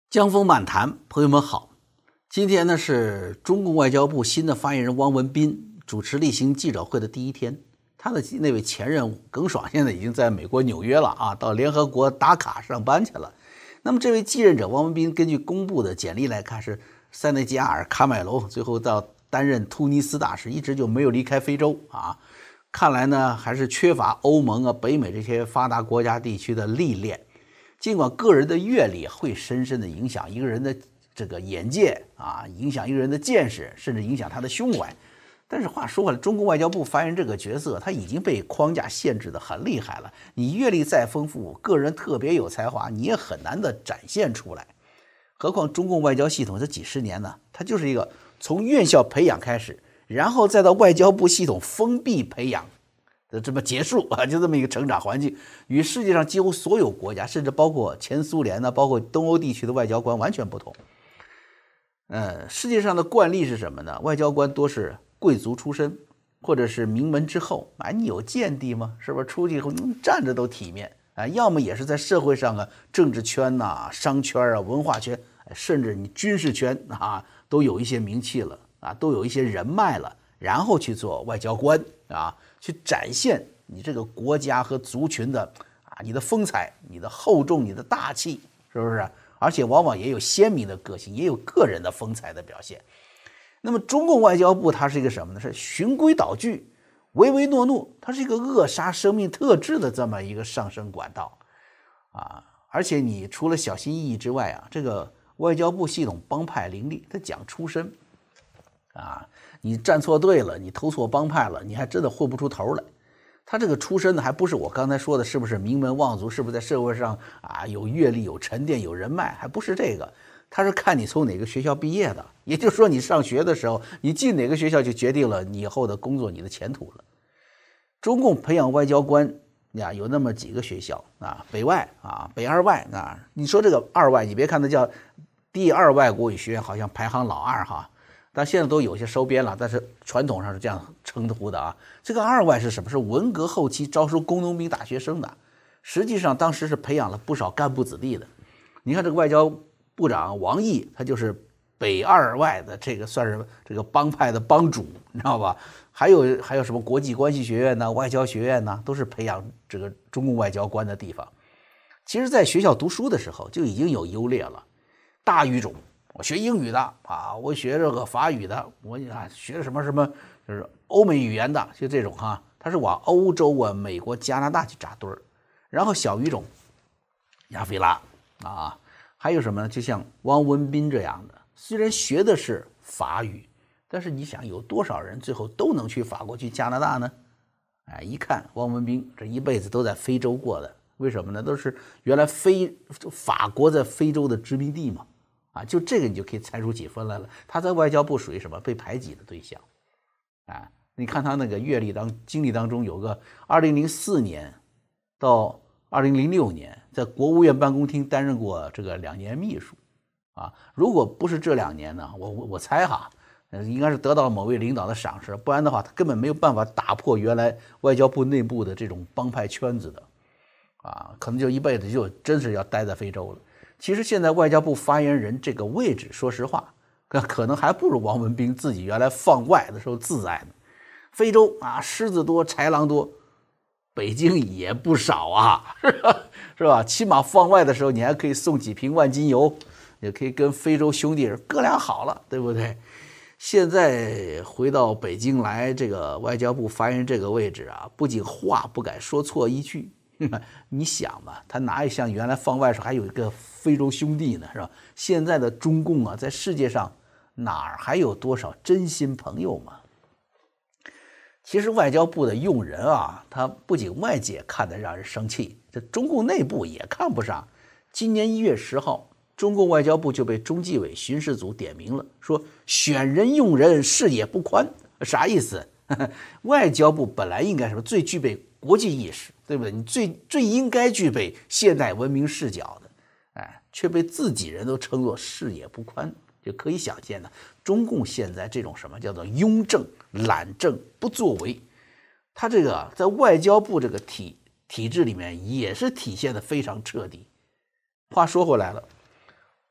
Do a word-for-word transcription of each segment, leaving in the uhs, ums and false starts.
江风漫谈，朋友们好。今天呢是中共外交部新的发言人汪文斌主持例行记者会的第一天。他的那位前任耿爽现在已经在美国纽约了啊，到联合国打卡上班去了。那么这位继任者汪文斌，根据公布的简历来看是塞内加尔卡麦隆，最后到担任突尼斯大使，一直就没有离开非洲啊。看来呢还是缺乏欧盟啊、北美这些发达国家地区的历练。尽管个人的阅历会深深的影响一个人的这个眼界啊，影响一个人的见识，甚至影响他的胸怀，但是话说回来，中共外交部发言人这个角色，他已经被框架限制的很厉害了。你阅历再丰富，个人特别有才华，你也很难的展现出来。何况中共外交系统这几十年呢，它就是一个从院校培养开始，然后再到外交部系统封闭培养的这么结束啊，就这么一个成长环境，与世界上几乎所有国家，甚至包括前苏联呢，包括东欧地区的外交官完全不同。呃，世界上的惯例是什么呢？外交官多是贵族出身，或者是名门之后。哎，你有见地吗？是不是出去以后站着都体面啊？要么也是在社会上啊，政治圈呐、啊、商圈啊、文化圈，甚至你军事圈啊，都有一些名气了啊，都有一些人脉了，然后去做外交官啊。去展现你这个国家和族群的啊，你的风采、你的厚重、你的大气，是不是？而且往往也有鲜明的个性，也有个人的风采的表现。那么中共外交部它是一个什么呢？是循规蹈矩、唯唯诺诺，它是一个扼杀生命特质的这么一个上升管道啊！而且你除了小心翼翼之外啊，这个外交部系统帮派林立，它讲出身啊。你站错队了，你投错帮派了，你还真的混不出头来。他这个出身呢，还不是我刚才说的是不是名门望族，是不是在社会上啊有阅历、有沉淀、有人脉，还不是这个。他是看你从哪个学校毕业的，也就是说你上学的时候，你进哪个学校就决定了你以后的工作、你的前途了。中共培养外交官呀，有那么几个学校啊，北外啊，北二外啊。你说这个二外，你别看它叫第二外国语学院，好像排行老二哈。但现在都有些收编了，但是传统上是这样称呼的啊。这个二外是什么？是文革后期招收工农兵大学生的，实际上当时是培养了不少干部子弟的。你看这个外交部长王毅，他就是北二外的这个算是这个帮派的帮主，你知道吧？还有还有什么国际关系学院呢、外交学院呢，都是培养这个中共外交官的地方。其实，在学校读书的时候就已经有优劣了，大语种。我学英语的啊，我学这个法语的，我啊学什么什么就是欧美语言的，就这种哈，他是往欧洲啊、美国、加拿大去扎堆儿。然后小语种，亚非拉啊，还有什么呢？就像汪文斌这样的，虽然学的是法语，但是你想有多少人最后都能去法国、去加拿大呢？哎，一看汪文斌这一辈子都在非洲过的，为什么呢？都是原来非法国在非洲的殖民地嘛。啊，就这个你就可以猜出几分来了。他在外交部属于什么？被排挤的对象。啊，你看他那个阅历当经历当中有个二零零四年到二零零六年，在国务院办公厅担任过这个两年秘书。啊，如果不是这两年呢，我我我猜哈，应该是得到某位领导的赏识，不然的话他根本没有办法打破原来外交部内部的这种帮派圈子的。啊，可能就一辈子就真是要待在非洲了。其实现在外交部发言人这个位置，说实话，可能还不如王文斌自己原来放外的时候自在呢。非洲啊，狮子多，豺狼多，北京也不少啊，是吧？是吧？起码放外的时候，你还可以送几瓶万金油，也可以跟非洲兄弟哥俩好了，对不对？现在回到北京来，这个外交部发言人这个位置啊，不仅话不敢说错一句。你想吧，他哪有像原来放外时候还有一个非洲兄弟呢，是吧？现在的中共啊，在世界上哪儿还有多少真心朋友嘛？其实外交部的用人啊，他不仅外界看得让人生气，这中共内部也看不上。今年一月十号，中共外交部就被中纪委巡视组点名了，说选人用人视野不宽，啥意思？外交部本来应该是最具备国际意识，对不对？你最最应该具备现代文明视角的，哎，却被自己人都称作视野不宽，就可以想见呢，中共现在这种什么叫做庸政、懒政、不作为，他这个在外交部这个体体制里面也是体现的非常彻底。话说回来了，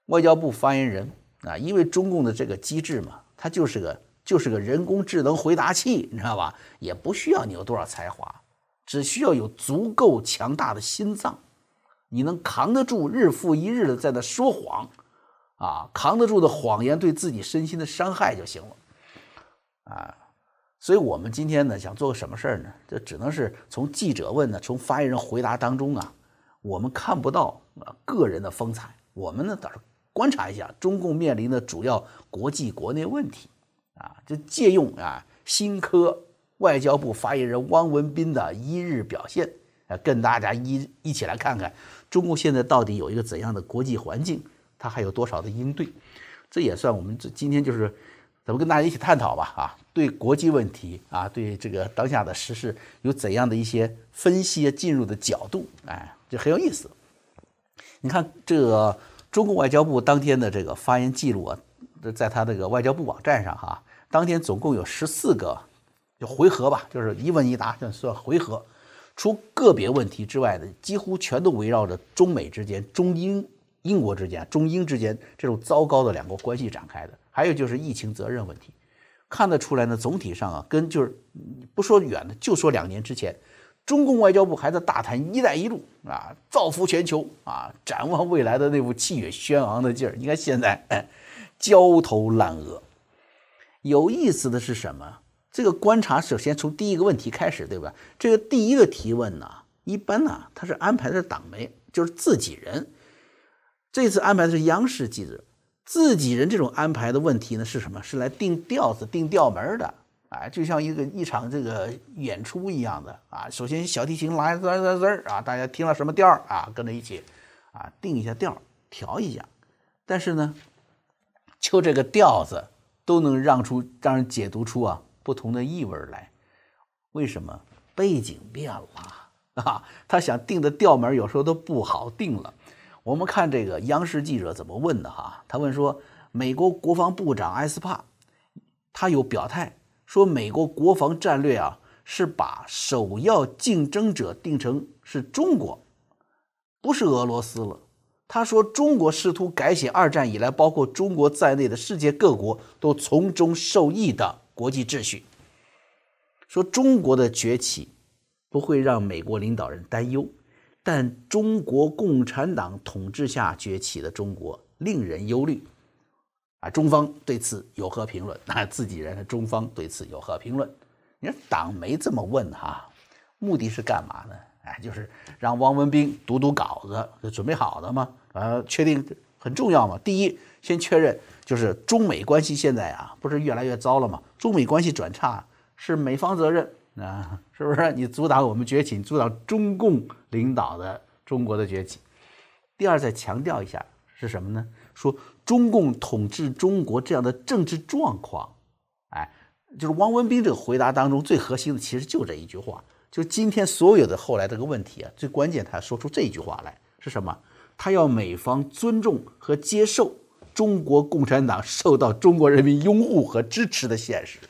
外交部发言人啊，因为中共的这个机制嘛，它就是个就是个人工智能回答器，你知道吧？也不需要你有多少才华，只需要有足够强大的心脏，你能扛得住日复一日的在那说谎啊，扛得住的谎言对自己身心的伤害就行了啊。所以我们今天呢，想做个什么事儿呢？这只能是从记者问呢，从发言人回答当中啊，我们看不到啊个人的风采，我们呢倒是观察一下中共面临的主要国际国内问题啊，就借用啊新科外交部发言人汪文斌的一日表现啊，跟大家一一起来看看中共现在到底有一个怎样的国际环境，它还有多少的应对。这也算我们这今天就是咱们跟大家一起探讨吧啊，对国际问题啊，对这个当下的时事有怎样的一些分析进入的角度，哎，这很有意思。你看这个中共外交部当天的这个发言记录啊，在他这个外交部网站上哈，当天总共有十四个就回合吧，就是一问一答，这算回合。除个别问题之外的，几乎全都围绕着中美之间、中英英国之间、中英之间这种糟糕的两国关系展开的。还有就是疫情责任问题，看得出来呢，总体上啊，跟就是不说远的，就说两年之前，中共外交部还在大谈“一带一路”啊，造福全球啊，展望未来的那副气宇轩昂的劲儿。你看现在，哎，焦头烂额。有意思的是什么？这个观察首先从第一个问题开始，对吧？这个第一个提问呢，一般呢，他是安排的是党媒，就是自己人。这次安排的是央视记者。自己人这种安排的问题呢是什么？是来定调子、定调门的，哎，就像一个一场这个演出一样的啊。首先小提琴来滋滋滋啊，大家听了什么调啊，跟着一起啊定一下调，调一下。但是呢，就这个调子都能让出让人解读出啊不同的意味来。为什么？背景变了啊，他想定的调门有时候都不好定了。我们看这个央视记者怎么问的哈，他问说，美国国防部长埃斯帕，他有表态说，美国国防战略啊是把首要竞争者定成是中国，不是俄罗斯了。他说，中国试图改写二战以来包括中国在内的世界各国都从中受益的国际秩序，说中国的崛起不会让美国领导人担忧。但中国共产党统治下崛起的中国令人忧虑啊！中方对此有何评论？那自己人的中方对此有何评论？你说党媒这么问哈，目的是干嘛呢？哎，就是让汪文斌读读稿子，准备好的嘛，呃，确定很重要嘛。第一，先确认就是中美关系现在啊，不是越来越糟了吗？中美关系转差是美方责任。啊，是不是你阻挡我们崛起，你阻挡中共领导的中国的崛起？第二，再强调一下是什么呢？说中共统治中国这样的政治状况，哎，就是汪文斌这个回答当中最核心的，其实就这一句话。就今天所有的后来这个问题啊，最关键他说出这一句话来是什么？他要美方尊重和接受中国共产党受到中国人民拥护和支持的现实。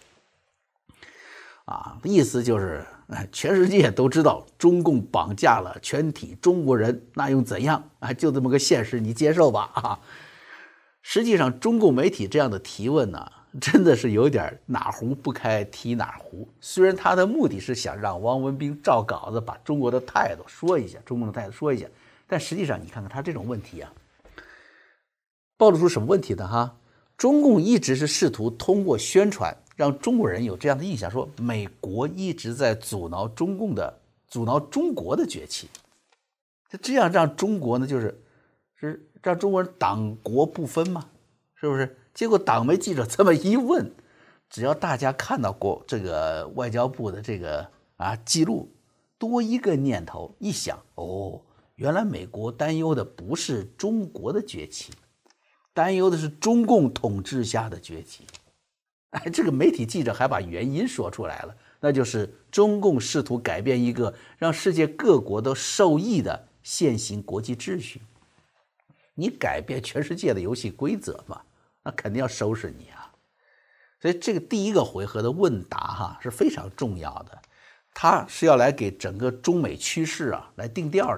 啊，意思就是，哎，全世界都知道中共绑架了全体中国人，那又怎样啊？就这么个现实，你接受吧啊！实际上，中共媒体这样的提问呢，真的是有点哪壶不开提哪壶。虽然他的目的是想让汪文斌照稿子把中国的态度说一下，中共的态度说一下，但实际上你看看他这种问题啊，暴露出什么问题呢？哈，中共一直是试图通过宣传。让中国人有这样的印象，说美国一直在阻挠中共的阻挠中国的崛起，这样让中国呢，就是是让中国人党国不分嘛，是不是？结果党媒记者这么一问，只要大家看到过这个外交部的这个啊记录，多一个念头，一想，哦，原来美国担忧的不是中国的崛起，担忧的是中共统治下的崛起。哎，这个媒体记者还把原因说出来了，那就是中共试图改变一个让世界各国都受益的现行国际秩序。你改变全世界的游戏规则嘛，那肯定要收拾你啊。所以这个第一个回合的问答哈是非常重要的，它是要来给整个中美趋势啊来定调的。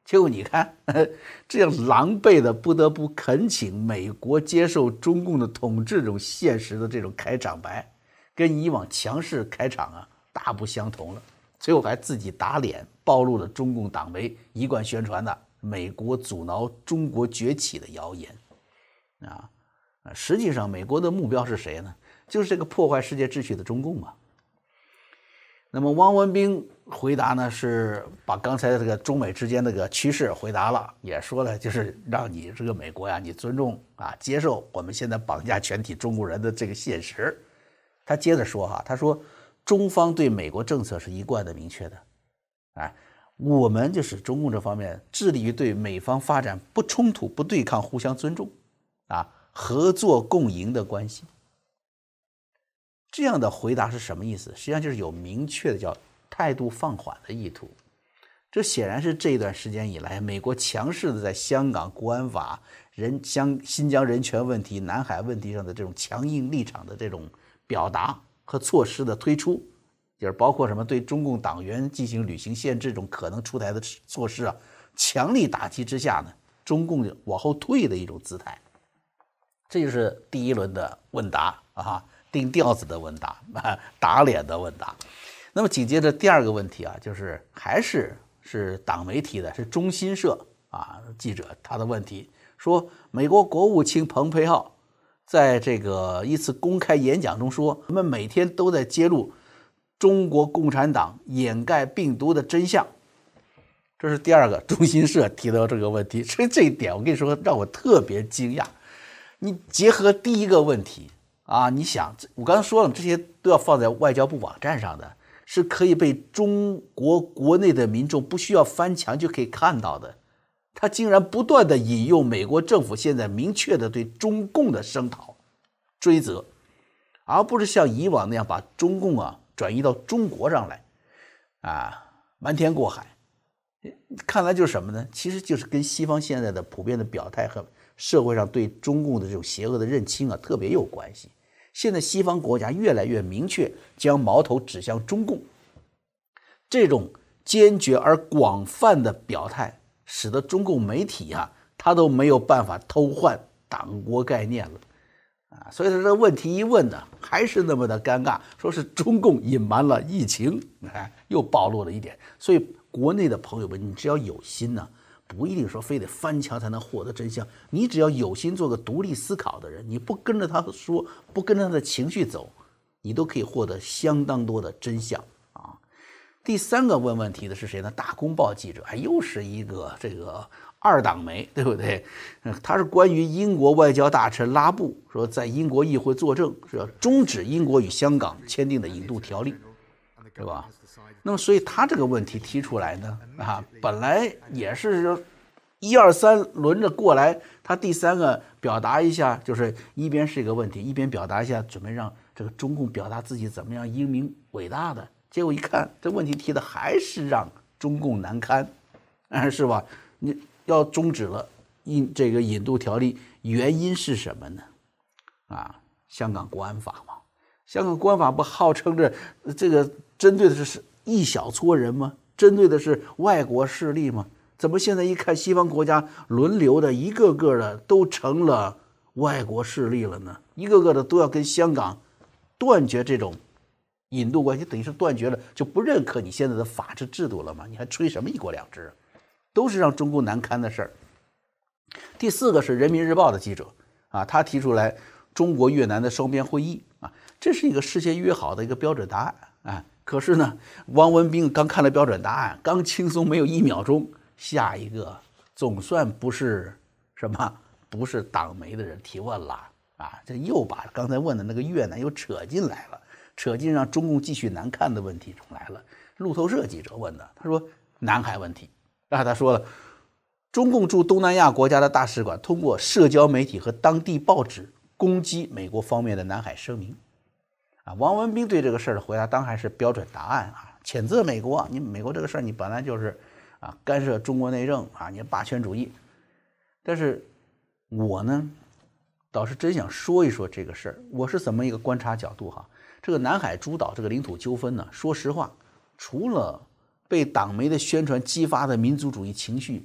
结果你看，这样狼狈的不得不恳请美国接受中共的统治这种现实的这种开场白，跟以往强势开场啊大不相同了。最后还自己打脸，暴露了中共党媒一贯宣传的美国阻挠中国崛起的谣言啊。实际上，美国的目标是谁呢？就是这个破坏世界秩序的中共嘛。那么汪文斌回答呢，是把刚才这个中美之间这个趋势回答了，也说了，就是让你这个美国呀，你尊重啊，接受我们现在绑架全体中国人的这个现实。他接着说哈，他说中方对美国政策是一贯的明确的，哎，我们就是中共这方面致力于对美方发展不冲突、不对抗、互相尊重，啊，合作共赢的关系。这样的回答是什么意思？实际上就是有明确的叫态度放缓的意图。这显然是这一段时间以来，美国强势的在香港国安法、人香新疆人权问题、南海问题上的这种强硬立场的这种表达和措施的推出，就是包括什么对中共党员进行旅行限制这种可能出台的措施啊，强力打击之下呢，中共往后退的一种姿态。这就是第一轮的问答啊。定调子的问答啊，打脸的问答。那么紧接着第二个问题啊，就是还是是党媒提的，是中新社啊记者他的问题，说美国国务卿蓬佩奥在这个一次公开演讲中说，我们每天都在揭露中国共产党掩盖病毒的真相。这是第二个中新社提到这个问题，所以这一点我跟你说让我特别惊讶。你结合第一个问题。啊，你想，我刚才说了，这些都要放在外交部网站上的，是可以被中国国内的民众不需要翻墙就可以看到的。他竟然不断的引用美国政府现在明确的对中共的声讨、追责，而不是像以往那样把中共啊转移到中国上来，啊，瞒天过海。看来就是什么呢？其实就是跟西方现在的普遍的表态和社会上对中共的这种邪恶的认清啊特别有关系。现在西方国家越来越明确将矛头指向中共，这种坚决而广泛的表态，使得中共媒体啊，他都没有办法偷换党国概念了啊！所以他这个问题一问呢，还是那么的尴尬，说是中共隐瞒了疫情，哎，又暴露了一点。所以国内的朋友们，你只要有心呢。不一定说非得翻墙才能获得真相，你只要有心做个独立思考的人，你不跟着他说，不跟着他的情绪走，你都可以获得相当多的真相啊。第三个问问题的是谁呢？大公报记者，哎，又是一个这个二党媒，对不对？他是关于英国外交大臣拉布说，在英国议会作证，是要终止英国与香港签订的引渡条例，对吧？那么，所以他这个问题提出来呢，啊，本来也是说一二三轮着过来，他第三个表达一下，就是一边是一个问题，一边表达一下，准备让这个中共表达自己怎么样英明伟大的。结果一看，这问题提的还是让中共难堪，啊，是吧？你要终止了引这个引渡条例，原因是什么呢？啊，香港国安法嘛，香港国安法不号称着这个针对的是一小撮人吗？针对的是外国势力吗？怎么现在一看西方国家轮流的一个个的都成了外国势力了呢？一个个的都要跟香港断绝这种引渡关系，等于是断绝了，就不认可你现在的法治制度了吗？你还吹什么一国两制？都是让中共难堪的事儿。第四个是人民日报的记者啊，他提出来中国越南的双边会议啊，这是一个事先约好的一个标准答案啊。可是呢，汪文斌刚看了标准答案，刚轻松没有一秒钟，下一个总算不是什么，不是党媒的人提问了啊，这又把刚才问的那个越南又扯进来了，扯进让中共继续难看的问题中来了。路透社记者问的，他说南海问题，啊，他说了，中共驻东南亚国家的大使馆通过社交媒体和当地报纸攻击美国方面的南海声明。啊，汪文斌对这个事儿的回答当然还是标准答案啊，谴责美国，你美国这个事儿你本来就是啊干涉中国内政啊，你霸权主义。但是我呢，倒是真想说一说这个事儿，我是怎么一个观察角度哈？这个南海诸岛这个领土纠纷呢，说实话，除了被党媒的宣传激发的民族主义情绪，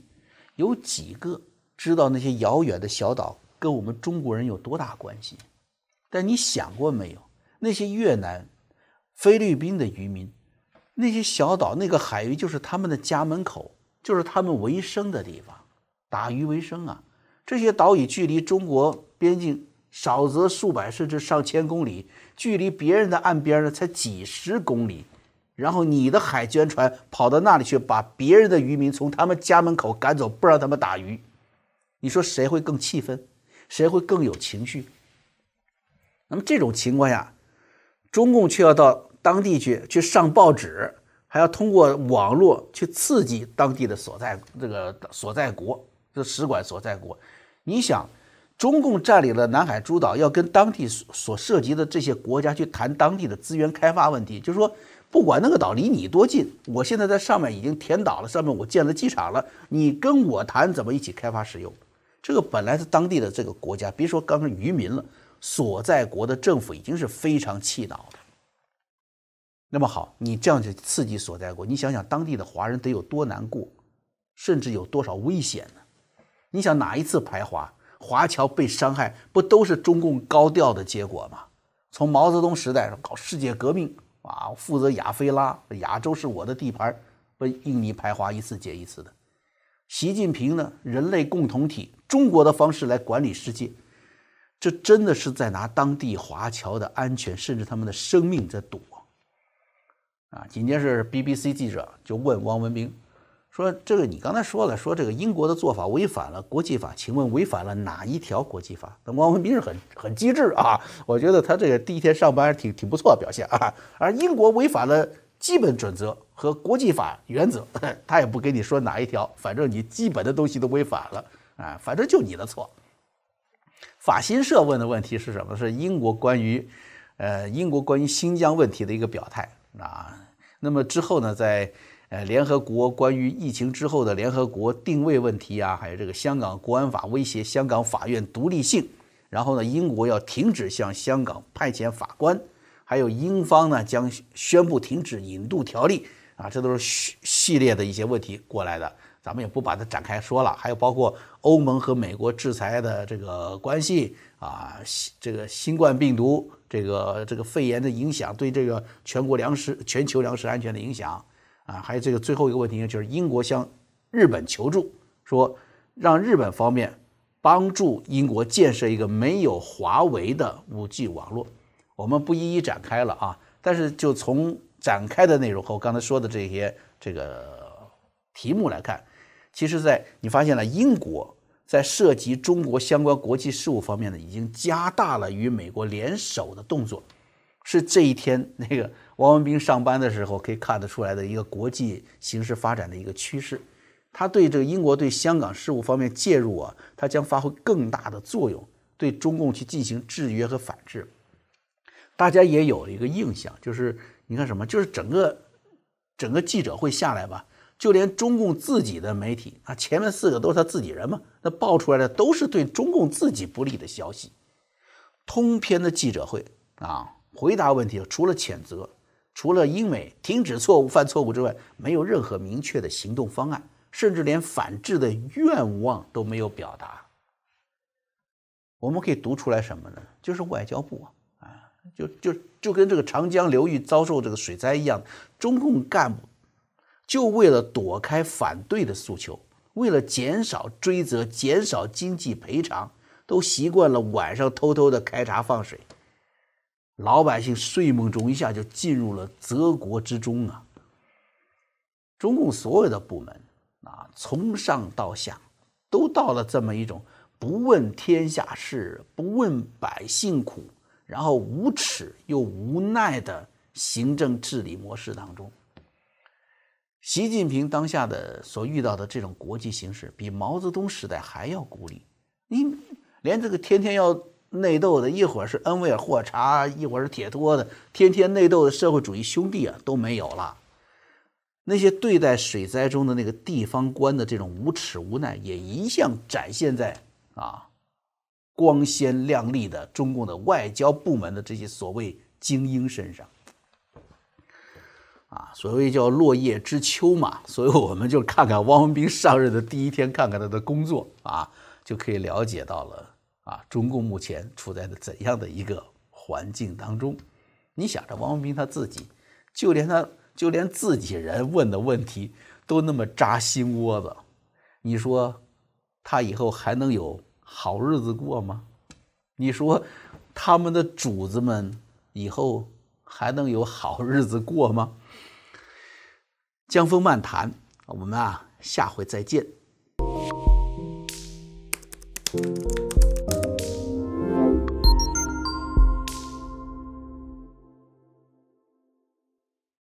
有几个知道那些遥远的小岛跟我们中国人有多大关系？但你想过没有，那些越南、菲律宾的渔民，那些小岛那个海域就是他们的家门口，就是他们为生的地方，打鱼为生啊。这些岛屿距离中国边境少则数百甚至上千公里，距离别人的岸边呢才几十公里，然后你的海监船跑到那里去，把别人的渔民从他们家门口赶走，不让他们打鱼，你说谁会更气愤？谁会更有情绪？那么这种情况下，中共却要到当地去去上报纸，还要通过网络去刺激当地的所在这个所在国，这使馆所在国。你想，中共占领了南海诸岛，要跟当地所涉及的这些国家去谈当地的资源开发问题，就是说，不管那个岛离你多近，我现在在上面已经填岛了，上面我建了机场了，你跟我谈怎么一起开发石油。这个本来是当地的这个国家，别说刚刚渔民了，所在国的政府已经是非常气恼的。那么好，你这样去刺激所在国，你想想当地的华人得有多难过，甚至有多少危险呢？你想哪一次排华，华侨被伤害，不都是中共高调的结果吗？从毛泽东时代搞世界革命啊，负责亚非拉，亚洲是我的地盘，被印尼排华一次接一次的。习近平呢，人类共同体，中国的方式来管理世界，这真的是在拿当地华侨的安全，甚至他们的生命在赌啊！紧接着 B B C 记者就问汪文斌说：“这个你刚才说了，说这个英国的做法违反了国际法，请问违反了哪一条国际法？”那汪文斌是很很机智啊，我觉得他这个第一天上班挺挺不错的表现啊。而英国违反了基本准则和国际法原则，他也不跟你说哪一条，反正你基本的东西都违反了啊，反正就你的错。法新社问的问题是什么？是英国关于呃英国关于新疆问题的一个表态啊。那么之后呢，在呃联合国关于疫情之后的联合国定位问题啊，还有这个香港国安法威胁香港法院独立性，然后呢，英国要停止向香港派遣法官。还有英方呢将宣布停止引渡条例啊，这都是系列的一些问题过来的，咱们也不把它展开说了。还有包括欧盟和美国制裁的这个关系啊，这个新冠病毒这个这个肺炎的影响对这个全国粮食全球粮食安全的影响啊，还有这个最后一个问题就是英国向日本求助，说让日本方面帮助英国建设一个没有华为的 五 G 网络。我们不一一展开了啊，但是就从展开的内容和我刚才说的这些这个题目来看，其实在你发现了英国在涉及中国相关国际事务方面呢，已经加大了与美国联手的动作，是这一天那个汪文斌上班的时候可以看得出来的一个国际形势发展的一个趋势。他对这个英国对香港事务方面介入啊，他将发挥更大的作用，对中共去进行制约和反制。大家也有一个印象，就是你看什么，就是整个整个记者会下来吧，就连中共自己的媒体啊，前面四个都是他自己人嘛，那爆出来的都是对中共自己不利的消息。通篇的记者会啊，回答问题除了谴责，除了英美停止错误、犯错误之外，没有任何明确的行动方案，甚至连反制的愿望都没有表达。我们可以读出来什么呢？就是外交部啊。就就就跟这个长江流域遭受这个水灾一样，中共干部就为了躲开反对的诉求，为了减少追责、减少经济赔偿，都习惯了晚上偷偷的开闸放水，老百姓睡梦中一下就进入了泽国之中啊！中共所有的部门啊，从上到下都到了这么一种不问天下事、不问百姓苦，然后无耻又无奈的行政治理模式当中。习近平当下的所遇到的这种国际形势，比毛泽东时代还要孤立。你连这个天天要内斗的，一会儿是恩维尔霍查，一会儿是铁托的，天天内斗的社会主义兄弟啊，都没有了。那些对待水灾中的那个地方官的这种无耻无奈，也一向展现在啊光鲜亮丽的中共的外交部门的这些所谓精英身上。 啊，所谓叫落叶知秋嘛，所以我们就看看汪文斌上任的第一天，看看他的工作啊，就可以了解到了啊，中共目前处在的怎样的一个环境当中。你想着汪文斌他自己，就连他就连自己人问的问题都那么扎心窝子，你说他以后还能有好日子过吗？你说他们的主子们以后还能有好日子过吗？江峰漫谈，我们啊下回再见。